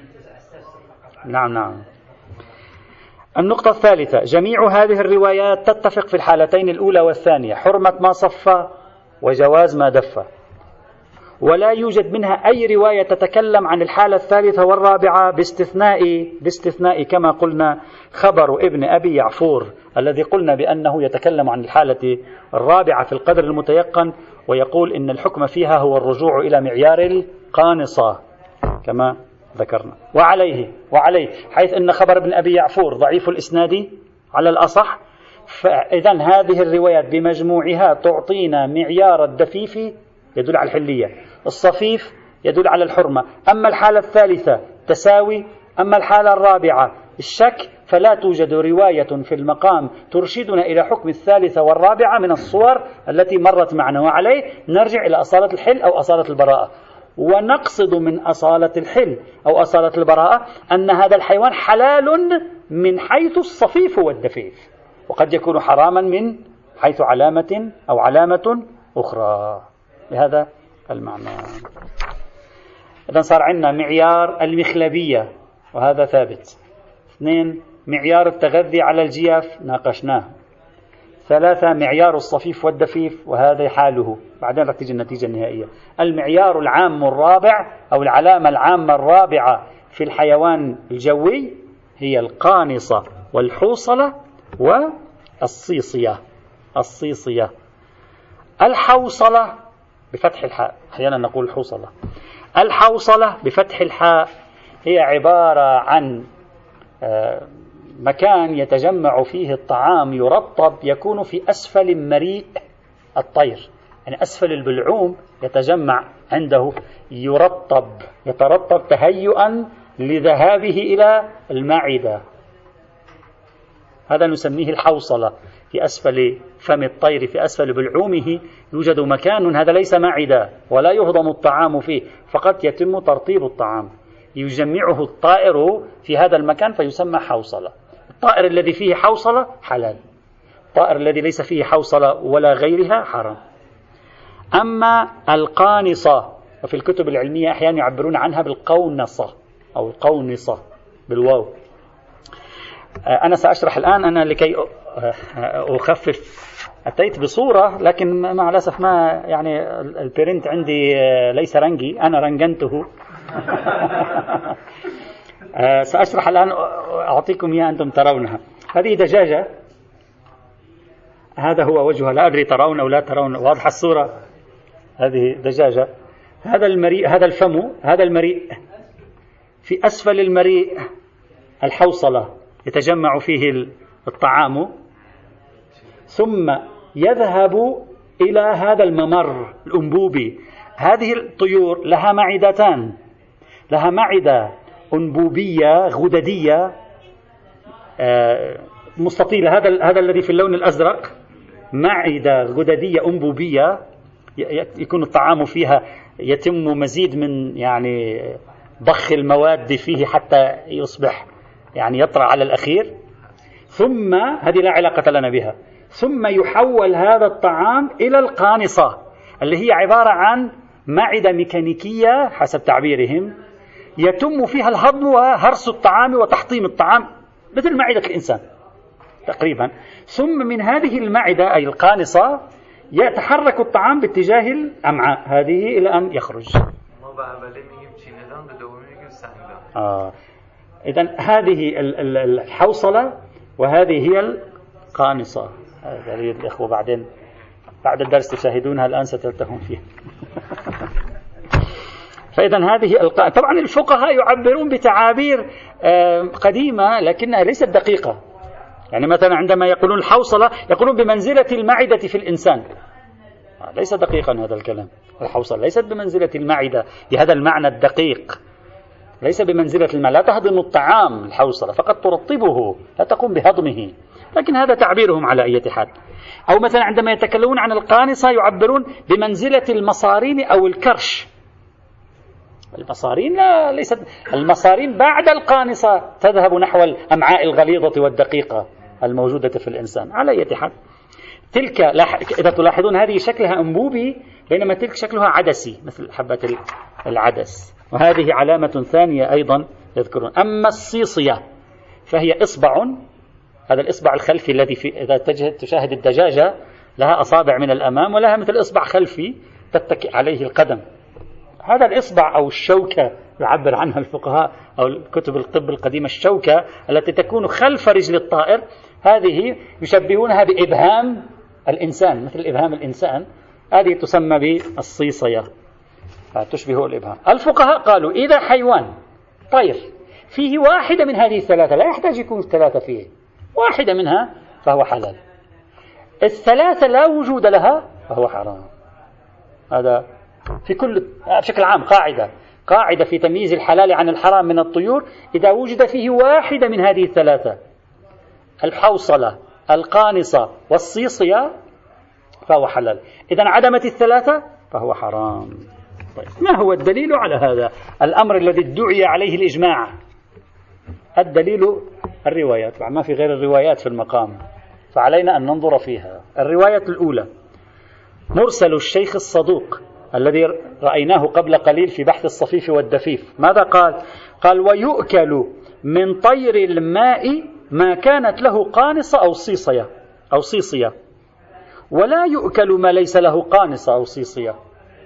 نعم نعم. النقطة الثالثة، جميع هذه الروايات تتفق في الحالتين الأولى والثانية، حرمة ما صف وجواز ما دف، ولا يوجد منها أي رواية تتكلم عن الحالة الثالثة والرابعة باستثناء باستثناء كما قلنا خبر ابن أبي يعفور الذي قلنا بأنه يتكلم عن الحالة الرابعة في القدر المتيقن، ويقول إن الحكم فيها هو الرجوع إلى معيار القانصة كما ذكرنا. وعليه وعليه حيث أن خبر ابن أبي يعفور ضعيف الإسناد على الأصح، فإذن هذه الروايات بمجموعها تعطينا معيار الدفيف يدل على الحلية، الصفيف يدل على الحرمة، أما الحالة الثالثة تساوي، أما الحالة الرابعة الشك، فلا توجد رواية في المقام ترشدنا إلى حكم الثالثة والرابعة من الصور التي مرت معنا. وعليه نرجع إلى أصالة الحل أو أصالة البراءة، ونقصد من أصالة الحل أو أصالة البراءة أن هذا الحيوان حلال من حيث الصفيف والدفيف، وقد يكون حراما من حيث علامة أو علامة أخرى، بهذا المعنى. إذن صار عندنا معيار المخلبية وهذا ثابت. اثنين، معيار التغذي على الجياف ناقشناه. ثلاثة، معيار الصفيف والدفيف وهذا حاله، بعدين رح تيجي النتيجة النهائية. المعيار العام الرابع أو العلامة العامة الرابعة في الحيوان الجوي هي القانصة والحوصلة والصيصية. الصيصية. الحوصلة بفتح الحاء، أحيانا نقول الحوصلة. الحوصلة بفتح الحاء هي عبارة عن مكان يتجمع فيه الطعام يرطب، يكون في أسفل مريء الطير، يعني أسفل البلعوم يتجمع عنده يرطب، يترطب تهيئا لذهابه إلى المعدة. هذا نسميه الحوصلة. في أسفل فم الطير، في أسفل بلعومه يوجد مكان، هذا ليس معدة ولا يهضم الطعام فيه، فقط يتم ترطيب الطعام، يجمعه الطائر في هذا المكان فيسمى حوصلة. الطائر الذي فيه حوصلة حلال، الطائر الذي ليس فيه حوصلة ولا غيرها حرام. أما القانصة، وفي الكتب العلمية أحيانا يعبرون عنها بالقونصة أو القونصة بالواو. أنا سأشرح الآن، أنا لكي أخفف أتيت بصورة، لكن مع الأسف ما يعني البرنت عندي ليس رنجي، أنا رنجنته. سأشرح الآن، أعطيكم إياها أنتم ترونها. هذه دجاجة، هذا هو وجهها، لا أدري ترون أو لا ترون، واضحة الصورة. هذه دجاجة، هذا المريء، هذا الفم، هذا المريء، في أسفل المريء الحوصلة يتجمع فيه الطعام، ثم يذهب إلى هذا الممر الأنبوبي. هذه الطيور لها معدتان، لها معدة أنبوبية غددية مستطيلة، هذا هذا الذي في اللون الأزرق، معدة غددية أنبوبية يكون الطعام فيها، يتم مزيد من يعني ضخ المواد فيه حتى يصبح يعني يطرأ على الأخير. ثم هذه لا علاقة لنا بها، ثم يحول هذا الطعام إلى القانصة، اللي هي عبارة عن معدة ميكانيكية حسب تعبيرهم، يتم فيها الهضم وهرس الطعام وتحطيم الطعام مثل معدة الإنسان تقريبا. ثم من هذه المعدة أي القانصة يتحرك الطعام باتجاه الأمعاء هذه إلى أن يخرج. آه. إذن هذه الحوصلة وهذه هي القانصة. هذا الأخوة بعدين بعد الدرس تشاهدونها، الآن ستلتهون فيها. فإذا هذه الق... طبعا الفقهاء يعبرون بتعابير قديمة لكنها ليست دقيقة. يعني مثلا عندما يقولون الحوصلة يقولون بمنزلة المعدة في الإنسان، ليس دقيقا هذا الكلام. الحوصلة ليست بمنزلة المعدة بهذا المعنى الدقيق، ليس بمنزلة الماء، لا تهضم الطعام الحوصلة، فقط ترطبه، لا تقوم بهضمه، لكن هذا تعبيرهم على أي حال. أو مثلا عندما يتكلمون عن القانصة يعبرون بمنزلة المصارين أو الكرش. المصارين لا، ليست المصارين بعد القانصة تذهب نحو الأمعاء الغليظة والدقيقة الموجودة في الإنسان. على أي حال تلك إذا تلاحظون هذه شكلها أنبوبي، بينما تلك شكلها عدسي مثل حبة العدس، وهذه علامة ثانية أيضا يذكرون. أما الصيصية فهي إصبع، هذا الإصبع الخلفي الذي في إذا تشاهد الدجاجة لها أصابع من الأمام ولها مثل إصبع خلفي تتكئ عليه القدم. هذا الإصبع أو الشوكة يعبر عنها الفقهاء أو الكتب الطب القديمة، الشوكة التي تكون خلف رجل الطائر، هذه يشبهونها بإبهام الإنسان، مثل إبهام الإنسان، هذه تسمى بالصيصية، تشبه الإبهام. الفقهاء قالوا إذا حيوان طير فيه واحدة من هذه الثلاثة، لا يحتاج يكون الثلاثة فيه، واحدة منها فهو حلال، الثلاثة لا وجود لها فهو حرام. هذا في كل بشكل عام قاعدة قاعدة في تمييز الحلال عن الحرام من الطيور، إذا وجد فيه واحدة من هذه الثلاثة، الحوصلة القانصة والصيصية، فهو حلال. إذا عدمت الثلاثة فهو حرام. طيب ما هو الدليل على هذا الأمر الذي ادعي عليه الإجماع؟ الدليل الروايات، ما في غير الروايات في المقام، فعلينا أن ننظر فيها. الرواية الأولى مرسل الشيخ الصدوق الذي رأيناه قبل قليل في بحث الصفيف والدفيف. ماذا قال؟ قال ويؤكل من طير الماء ما كانت له قانصة أو صيصية أو صيصية، ولا يؤكل ما ليس له قانصة أو صيصية.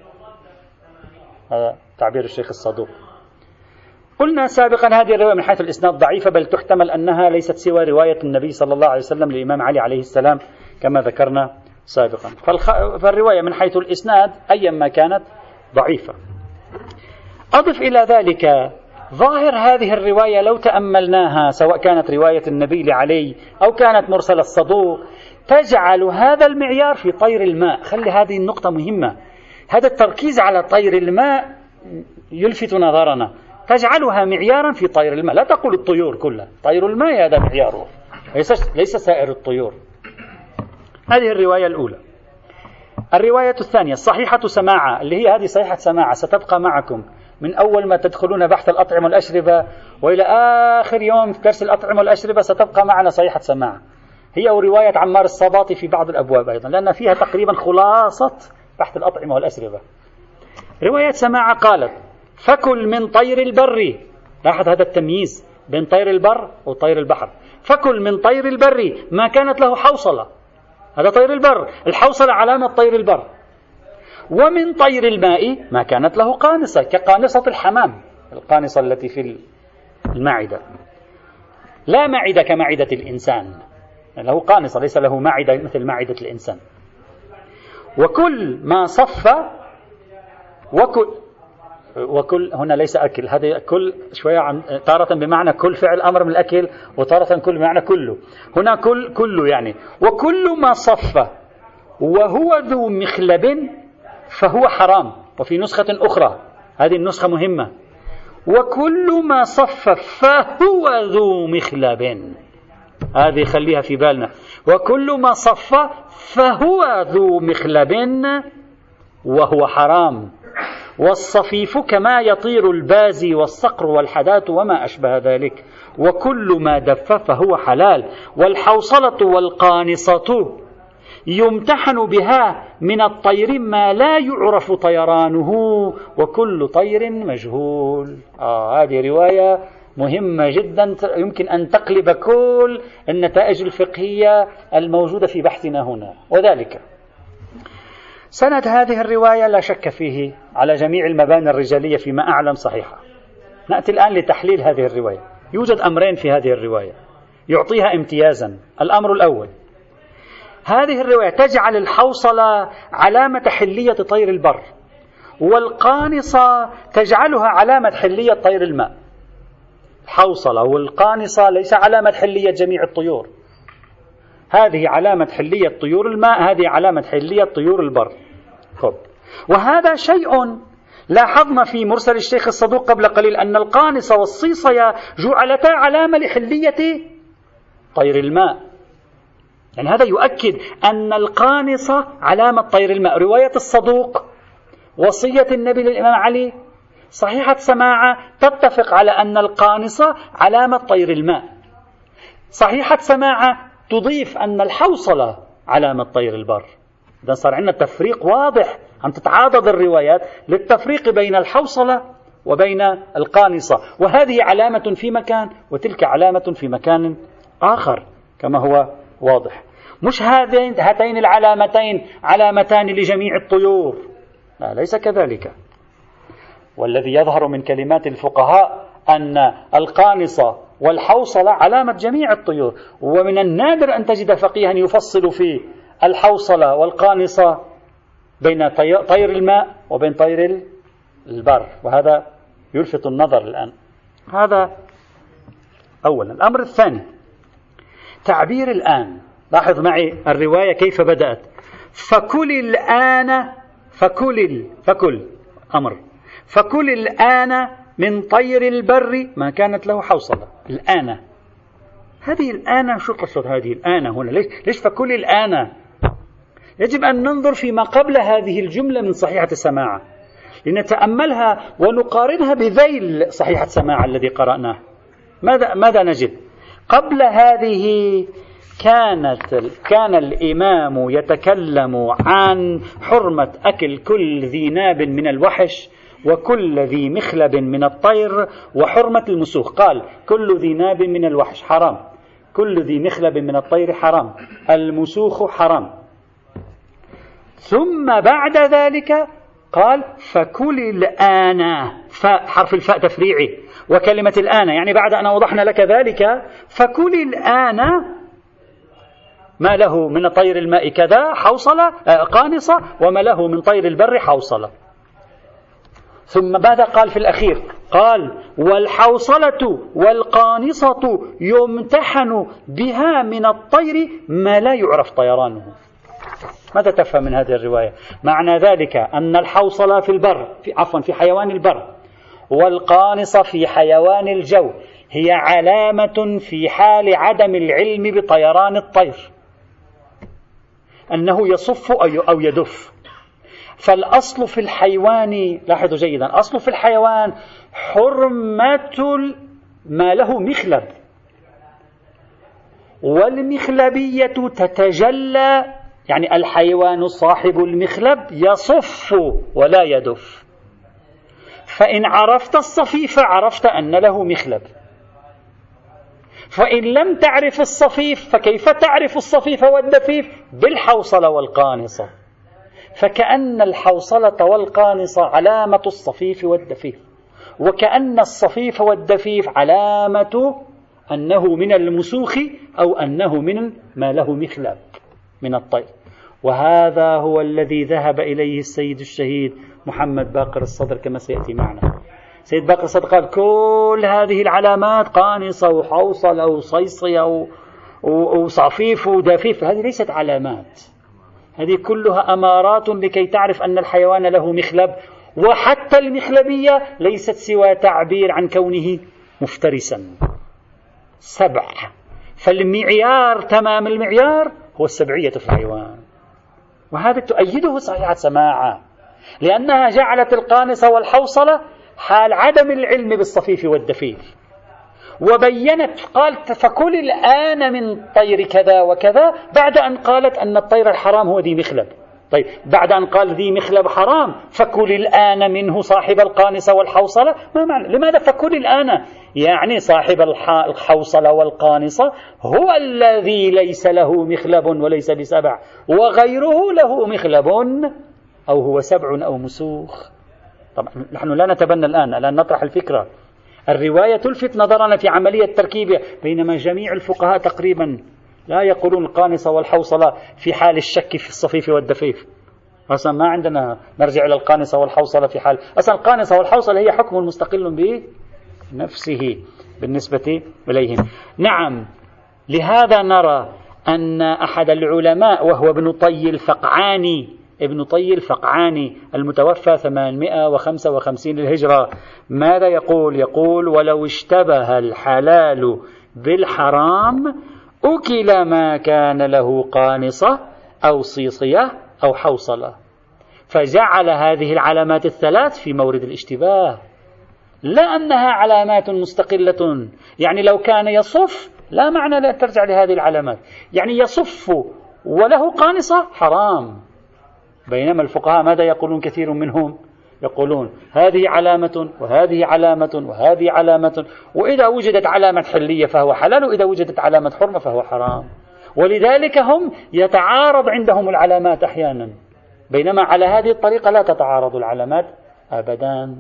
هذا تعبير الشيخ الصدوق. قلنا سابقا هذه الرواية من حيث الإسناد ضعيفة، بل تحتمل أنها ليست سوى رواية النبي صلى الله عليه وسلم للإمام علي عليه السلام كما ذكرنا سابقا. فالرواية من حيث الإسناد أيا ما كانت ضعيفة. أضف إلى ذلك ظاهر هذه الرواية لو تأملناها سواء كانت رواية النبي لعلي أو كانت مرسل الصدوق تجعل هذا المعيار في طير الماء. خلي هذه النقطة مهمة، هذا التركيز على طير الماء يلفت نظرنا، تجعلها معيارا في طير الماء. لا تقول الطيور كلها، طير الماء هذا معياره، ليس, ليس سائر الطيور. هذه الرواية الأولى. الرواية الثانية صحيحة سماعة، اللي هي هذه صحيحة سماعة ستبقى معكم من أول ما تدخلون بحث الأطعمة والأشربة وإلى آخر يوم في درس الأطعمة والأشربة ستبقى معنا صحيحة سماعة. هي أو رواية عمار الصباطي في بعض الأبواب أيضا، لأن فيها تقريبا خلاصة بحث الأطعمة والأشربة. رواية سماعة قالت: فكل من طير البر. لاحظ هذا التمييز بين طير البر وطير البحر. فكل من طير البر ما كانت له حوصلة، هذا طير البر، الحوصلة علامة طير البر. ومن طير الماء ما كانت له قانصة، كقانصة الحمام، القانصة التي في المعدة، لا معدة كمعدة الإنسان، له قانصة ليس له معدة مثل معدة الإنسان. وكل ما صف، وكل وكل هنا ليس أكل، هذا كل شوية عن تارة بمعنى كل فعل أمر من الأكل، وتارة كل بمعنى كله. هنا كل كله يعني. وكل ما صف وهو ذو مخلب فهو حرام. وفي نسخة أخرى، هذه النسخة مهمة: وكل ما صف فهو ذو مخلب. هذه خليها في بالنا. وكل ما صف فهو ذو مخلب وهو حرام. والصفيف كما يطير البازي والصقر والحداة وما أشبه ذلك. وكل ما دف فهو حلال. والحوصلة والقانصة يمتحن بها من الطير ما لا يعرف طيرانه، وكل طير مجهول. آه هذه رواية مهمة جدا، يمكن أن تقلب كل النتائج الفقهية الموجودة في بحثنا هنا. وذلك سند هذه الرواية لا شك فيه على جميع المباني الرجالية فيما أعلم صحيحة. نأتي الآن لتحليل هذه الرواية. يوجد أمرين في هذه الرواية يعطيها امتيازا. الأمر الأول: هذه الرواية تجعل الحوصلة علامة حلية طير البر، والقانصة تجعلها علامة حلية طير الماء. الحوصلة والقانصة ليس علامة حلية جميع الطيور، هذه علامة حلية طيور الماء، هذه علامة حلية طيور البر. خب. وهذا شيء لاحظنا في مرسل الشيخ الصدوق قبل قليل، أن القانصة والصيصية جعلتا علامة لحلية طير الماء. يعني هذا يؤكد أن القانصة علامة طير الماء. رواية الصدوق، وصية النبي للإمام علي، صحيحة سماعة تتفق على أن القانصة علامة طير الماء. صحيحة سماعة تضيف أن الحوصلة علامة طير البر. إذن صار عندنا تفريق واضح، أن تتعاضد الروايات للتفريق بين الحوصلة وبين القانصة، وهذه علامة في مكان وتلك علامة في مكان آخر كما هو واضح. مش هذين هاتين العلامتين علامتان لجميع الطيور، لا، ليس كذلك. والذي يظهر من كلمات الفقهاء أن القانصة والحوصلة علامة جميع الطيور، ومن النادر أن تجد فقيها يفصل في الحوصلة والقانصة بين طير الماء وبين طير البر، وهذا يلفت النظر الآن. هذا أولا. الأمر الثاني: تعبير الآن. لاحظ معي الرواية كيف بدأت: فكل الآن، فكل فكل أمر، فكل الآن من طير البر ما كانت له حوصلة. الآن، هذه الآن شو قصد هذه الآن هنا؟ ليش ليش فكل الآن؟ يجب أن ننظر فيما قبل هذه الجملة من صحيحة السماعة لنتأملها ونقارنها بذيل صحيحة السماعة الذي قرأناه. ماذا ماذا نجد؟ قبل هذه كانت كان الإمام يتكلم عن حرمة أكل كل ذي ناب من الوحش وكل ذي مخلب من الطير وحرمة المسوخ. قال: كل ذي ناب من الوحش حرام، كل ذي مخلب من الطير حرام، المسوخ حرام. ثم بعد ذلك قال: فكل الآن، فحرف الفاء تفريعي، وكلمة الآن يعني بعد أن وضحنا لك ذلك، فكل الآن ما له من طير الماء كذا حوصلة قانصة، وما له من طير البر حوصلة. ثم ماذا قال في الأخير؟ قال والحوصلة والقانصة يمتحن بها من الطير ما لا يعرف طيرانه. ماذا تفهم من هذه الرواية؟ معنى ذلك أن الحوصلة في البر في عفوا في حيوان البر والقانصة في حيوان الجو هي علامة في حال عدم العلم بطيران الطير، أنه يصف أو يدف. فالأصل في الحيوان، لاحظوا جيدا، أصل في الحيوان حرمة ما له مخلب، والمخلبية تتجلى، يعني الحيوان صاحب المخلب يصف ولا يدف. فإن عرفت الصفيف عرفت أن له مخلب، فإن لم تعرف الصفيف فكيف تعرف الصفيف والدفيف؟ بالحوصلة والقانصة. فكأن الحوصلة والقانصة علامة الصفيف والدفيف، وكأن الصفيف والدفيف علامة أنه من المسوخ أو أنه من ما له مخلب من الطير. وهذا هو الذي ذهب إليه السيد الشهيد محمد باقر الصدر كما سيأتي معنا. سيد باقر الصدر قال كل هذه العلامات قانصة وحوصلة وصيصية وصفيف ودفيف هذه ليست علامات، هذه كلها أمارات لكي تعرف أن الحيوان له مخلب، وحتى المخلبية ليست سوى تعبير عن كونه مفترسا. سبع، فالمعيار تمام المعيار هو السبعية في الحيوان، وهذا تؤيده صحيحة سماعة، لأنها جعلت القانصة والحوصلة حال عدم العلم بالصفيف والدفيف، وبينت قالت فكل الآن من طير كذا وكذا بعد أن قالت أن الطير الحرام هو ذي مخلب. طيب بعد أن قال ذي مخلب حرام فكل الآن منه صاحب القانصة والحوصلة، ما معنى؟ لماذا فكل الآن؟ يعني صاحب الحوصلة والقانصة هو الذي ليس له مخلب وليس بسبع، وغيره له مخلب أو هو سبع أو مسوخ. طبعا نحن لا نتبنى الآن الآن نطرح الفكرة. الرواية تلفت نظرنا في عملية التركيبة، بينما جميع الفقهاء تقريبا لا يقولون القانصة والحوصلة في حال الشك في الصفيف والدفيف. أصلا ما عندنا نرجع إلى القانصة والحوصلة في حال، أصلا القانصة والحوصلة هي حكم مستقل بنفسه بالنسبة إليهم. نعم، لهذا نرى أن أحد العلماء وهو ابن طي الفقعاني ابن طي الفقعاني المتوفى ثمانمائة وخمسة وخمسين للهجرة ماذا يقول؟ يقول ولو اشتبه الحلال بالحرام أكل ما كان له قانصة أو صيصية أو حوصلة، فجعل هذه العلامات الثلاث في مورد الاشتباه، لا أنها علامات مستقلة. يعني لو كان يصف لا معنى لا ترجع لهذه العلامات، يعني يصف وله قانصة حرام. بينما الفقهاء ماذا يقولون كثير منهم؟ يقولون هذه علامة وهذه علامة وهذه علامة، وإذا وجدت علامة حلية فهو حلال، وإذا وجدت علامة حرمة فهو حرام. ولذلك هم يتعارض عندهم العلامات أحيانا، بينما على هذه الطريقة لا تتعارض العلامات أبدا.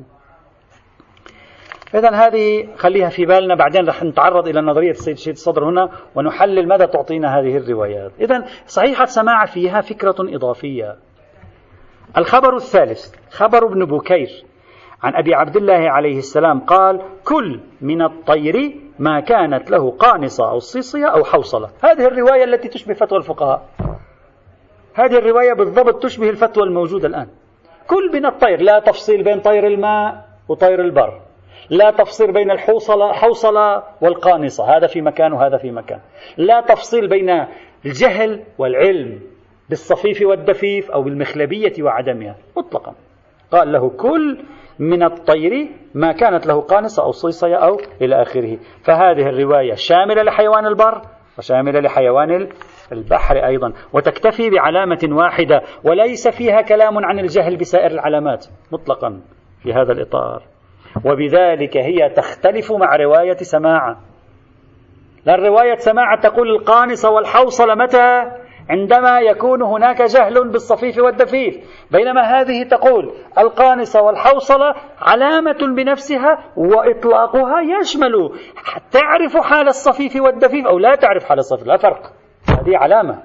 إذن هذه خليها في بالنا، بعدين رح نتعرض إلى نظرية السيد الشهيد الصدر هنا ونحلل ماذا تعطينا هذه الروايات. إذن صحيحة سماع فيها فكرة إضافية. الخبر الثالث خبر ابن بكير عن أبي عبد الله عليه السلام قال كل من الطير ما كانت له قانصة أو صيصية أو حوصلة. هذه الرواية التي تشبه فتوى الفقهاء، هذه الرواية بالضبط تشبه الفتوى الموجودة الآن. كل من الطير، لا تفصيل بين طير الماء وطير البر، لا تفصيل بين الحوصلة حوصلة والقانصة، هذا في مكان وهذا في مكان، لا تفصيل بين الجهل والعلم بالصفيف والدفيف أو بالمخلبية وعدمها مطلقا. قال له كل من الطير ما كانت له قانصة أو صيصية أو إلى آخره. فهذه الرواية شاملة لحيوان البر وشاملة لحيوان البحر أيضا، وتكتفي بعلامة واحدة وليس فيها كلام عن الجهل بسائر العلامات مطلقا في هذا الإطار. وبذلك هي تختلف مع رواية سماعة. لأن رواية سماعة تقول القانصة والحوصلة متى؟ عندما يكون هناك جهل بالصفيف والدفيف، بينما هذه تقول القانصة والحوصلة علامة بنفسها، وإطلاقها يشمل تعرف حال الصفيف والدفيف أو لا تعرف حال الصفيف، لا فرق، هذه علامة.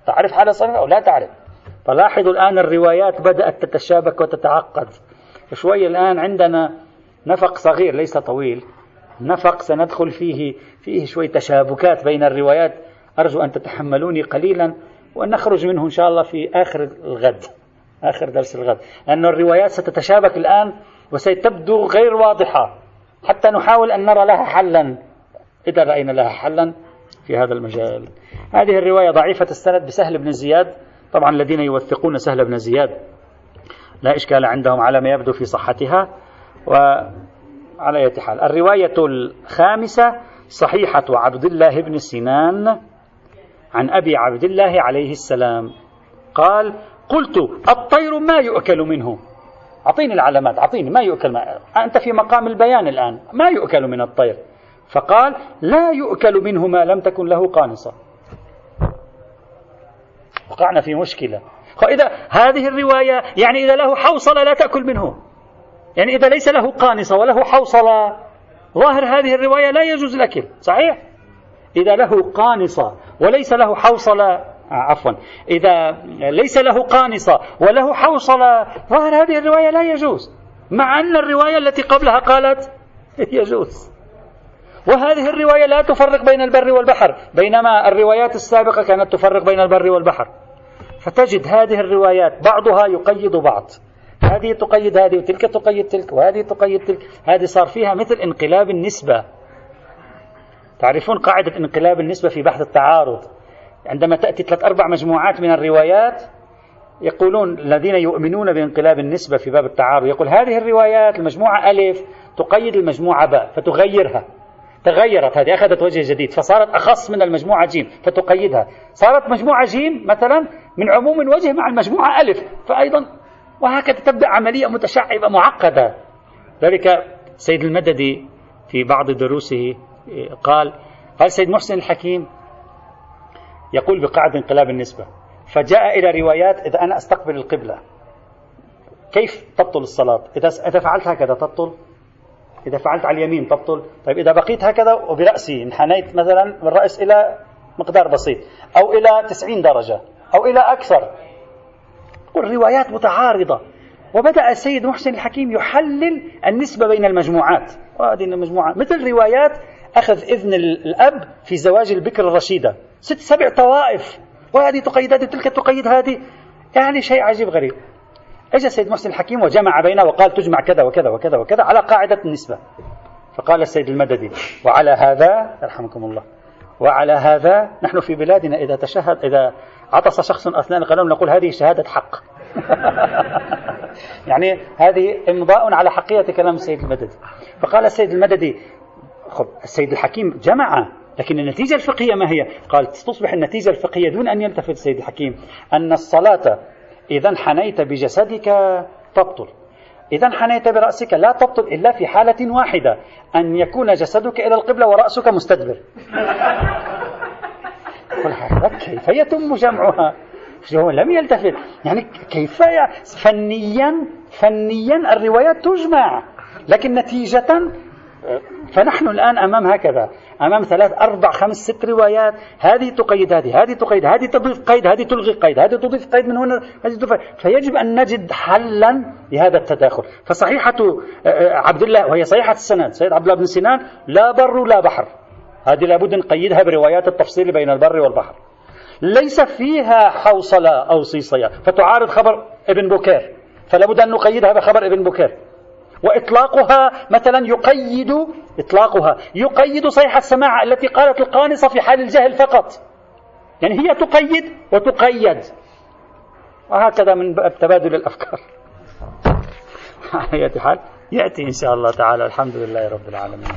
تعرف حالة صحيحة أو لا تعرف. فلاحظوا الآن الروايات بدأت تتشابك وتتعقد شوية. الآن عندنا نفق صغير ليس طويل، نفق سندخل فيه فيه شوية تشابكات بين الروايات، أرجو أن تتحملوني قليلا وأن نخرج منه إن شاء الله في آخر الغد، آخر درس الغد، لأن الروايات ستتشابك الآن وستبدو غير واضحة حتى نحاول أن نرى لها حلا إذا رأينا لها حلا في هذا المجال. هذه الرواية ضعيفة السند بسهل بن زياد، طبعا الذين يوثقون سهل بن زياد لا إشكال عندهم على ما يبدو في صحتها. وعلى أي حال الرواية الخامسة صحيحة عبد الله بن سنان عن أبي عبد الله عليه السلام قال: قلت الطير ما يؤكل منه، أعطيني العلامات، أعطيني ما يؤكل، ما أنت في مقام البيان الآن، ما يؤكل من الطير؟ فقال: لا يؤكل منه ما لم تكن له قانصة. وقعنا في مشكلة. إذا هذه الرواية يعني إذا له حوصلة لا تأكل منه، يعني إذا ليس له قانصة وله حوصلة ظاهر هذه الرواية لا يجوز الأكل، صحيح؟ إذا له قانصة وليس له حوصلة آه عفوا إذا ليس له قانصة وله حوصلة ظاهر هذه الرواية لا يجوز، مع أن الرواية التي قبلها قالت يجوز. وهذه الرواية لا تفرق بين البر والبحر، بينما الروايات السابقة كانت تفرق بين البر والبحر. فتجد هذه الروايات بعضها يقيد بعض، هذه تقيد هذه وتلك تقيد تلك وهذه تقيد تلك. هذه صار فيها مثل انقلاب النسبة. تعرفون قاعدة انقلاب النسبة في بحث التعارض؟ عندما تأتي ثلاث أربع مجموعات من الروايات يقولون الذين يؤمنون بانقلاب النسبة في باب التعارض، يقول هذه الروايات المجموعة ألف تقيد المجموعة باء فتغيرها، تغيرت هذه أخذت وجه جديد فصارت أخص من المجموعة جيم فتقيدها، صارت مجموعة جيم مثلا من عموم وجه مع المجموعة ألف فأيضا، وهكذا تبدأ عملية متشعبة معقدة. ذلك سيد المددي في بعض دروسه قال قال سيد محسن الحكيم يقول بقاعدة انقلاب النسبة، فجاء إلى روايات إذا أنا أستقبل القبلة كيف تبطل الصلاة؟ إذا فعلت هكذا تبطل، إذا فعلت على اليمين تبطل. طيب إذا بقيت هكذا وبرأسي انحنيت مثلا من الرأس إلى مقدار بسيط أو إلى تسعين درجة أو إلى أكثر، والروايات متعارضة. وبدأ السيد محسن الحكيم يحلل النسبة بين المجموعات، وهذه المجموعة مثل روايات أخذ إذن الأب في زواج البكر الرشيدة، ست سبع طوائف، وهذه تقيد هذه تلك تقيد هذه، يعني شيء عجيب غريب. اجى السيد محسن الحكيم وجمع بينه وقال تجمع كذا وكذا وكذا وكذا على قاعدة النسبة. فقال السيد المددي وعلى هذا يرحمكم الله، وعلى هذا نحن في بلادنا إذا تشهد إذا عطس شخص أثناء القانون نقول هذه شهادة حق. يعني هذه إمضاء على حقيقة كلام السيد المددي. فقال السيد المددي خب السيد الحكيم جمع، لكن النتيجة الفقهية ما هي؟ قال تصبح النتيجة الفقهية دون أن يلتفت السيد الحكيم أن الصلاة إذا انحنيت بجسدك تبطل، إذا انحنيت برأسك لا تبطل إلا في حالة واحدة، أن يكون جسدك إلى القبلة ورأسك مستدبر. كيف يتم جمعها؟ هو لم يلتفت، يعني كيف فنيا فنيا الروايات تجمع، لكن نتيجة فنحن الآن أمام هكذا أمام ثلاث أربع خمس ست روايات، هذه تقيد هذه، هذه تقيد هذه، تضيف قيد هذه، تلغي قيد هذه، تضيف قيد من هنا هذه تضيف، فيجب أن نجد حلا لهذا التداخل. فصحيحة عبد الله وهي صحيحة السند سيد عبد الله بن سنان لا بر لا بحر، هذه لابد نقيدها بروايات التفصيل بين البر والبحر، ليس فيها حوصلة أو صيصية فتعارض خبر ابن بكير، فلابد أن نقيدها بخبر ابن بكير. وإطلاقها مثلا يقيد إطلاقها يقيد صحيح السماع التي قالت القانصة في حال الجهل فقط، يعني هي تقيد وتقيد، وهكذا من تبادل الأفكار. على أي حال يأتي إن شاء الله تعالى. الحمد لله رب العالمين.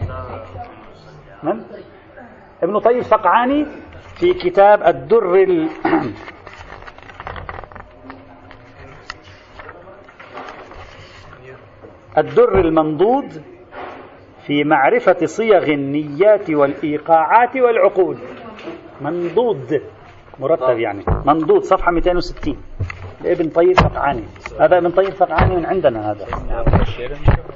من؟ ابن طيب الفقعاني في كتاب الدر ال... الدر المنضود في معرفة صيغ النيات والإيقاعات والعقود. منضود مرتب يعني منضود صفحة مئتين وستين لابن طيب فقعاني. هذا ابن طيب فقعاني من عندنا هذا.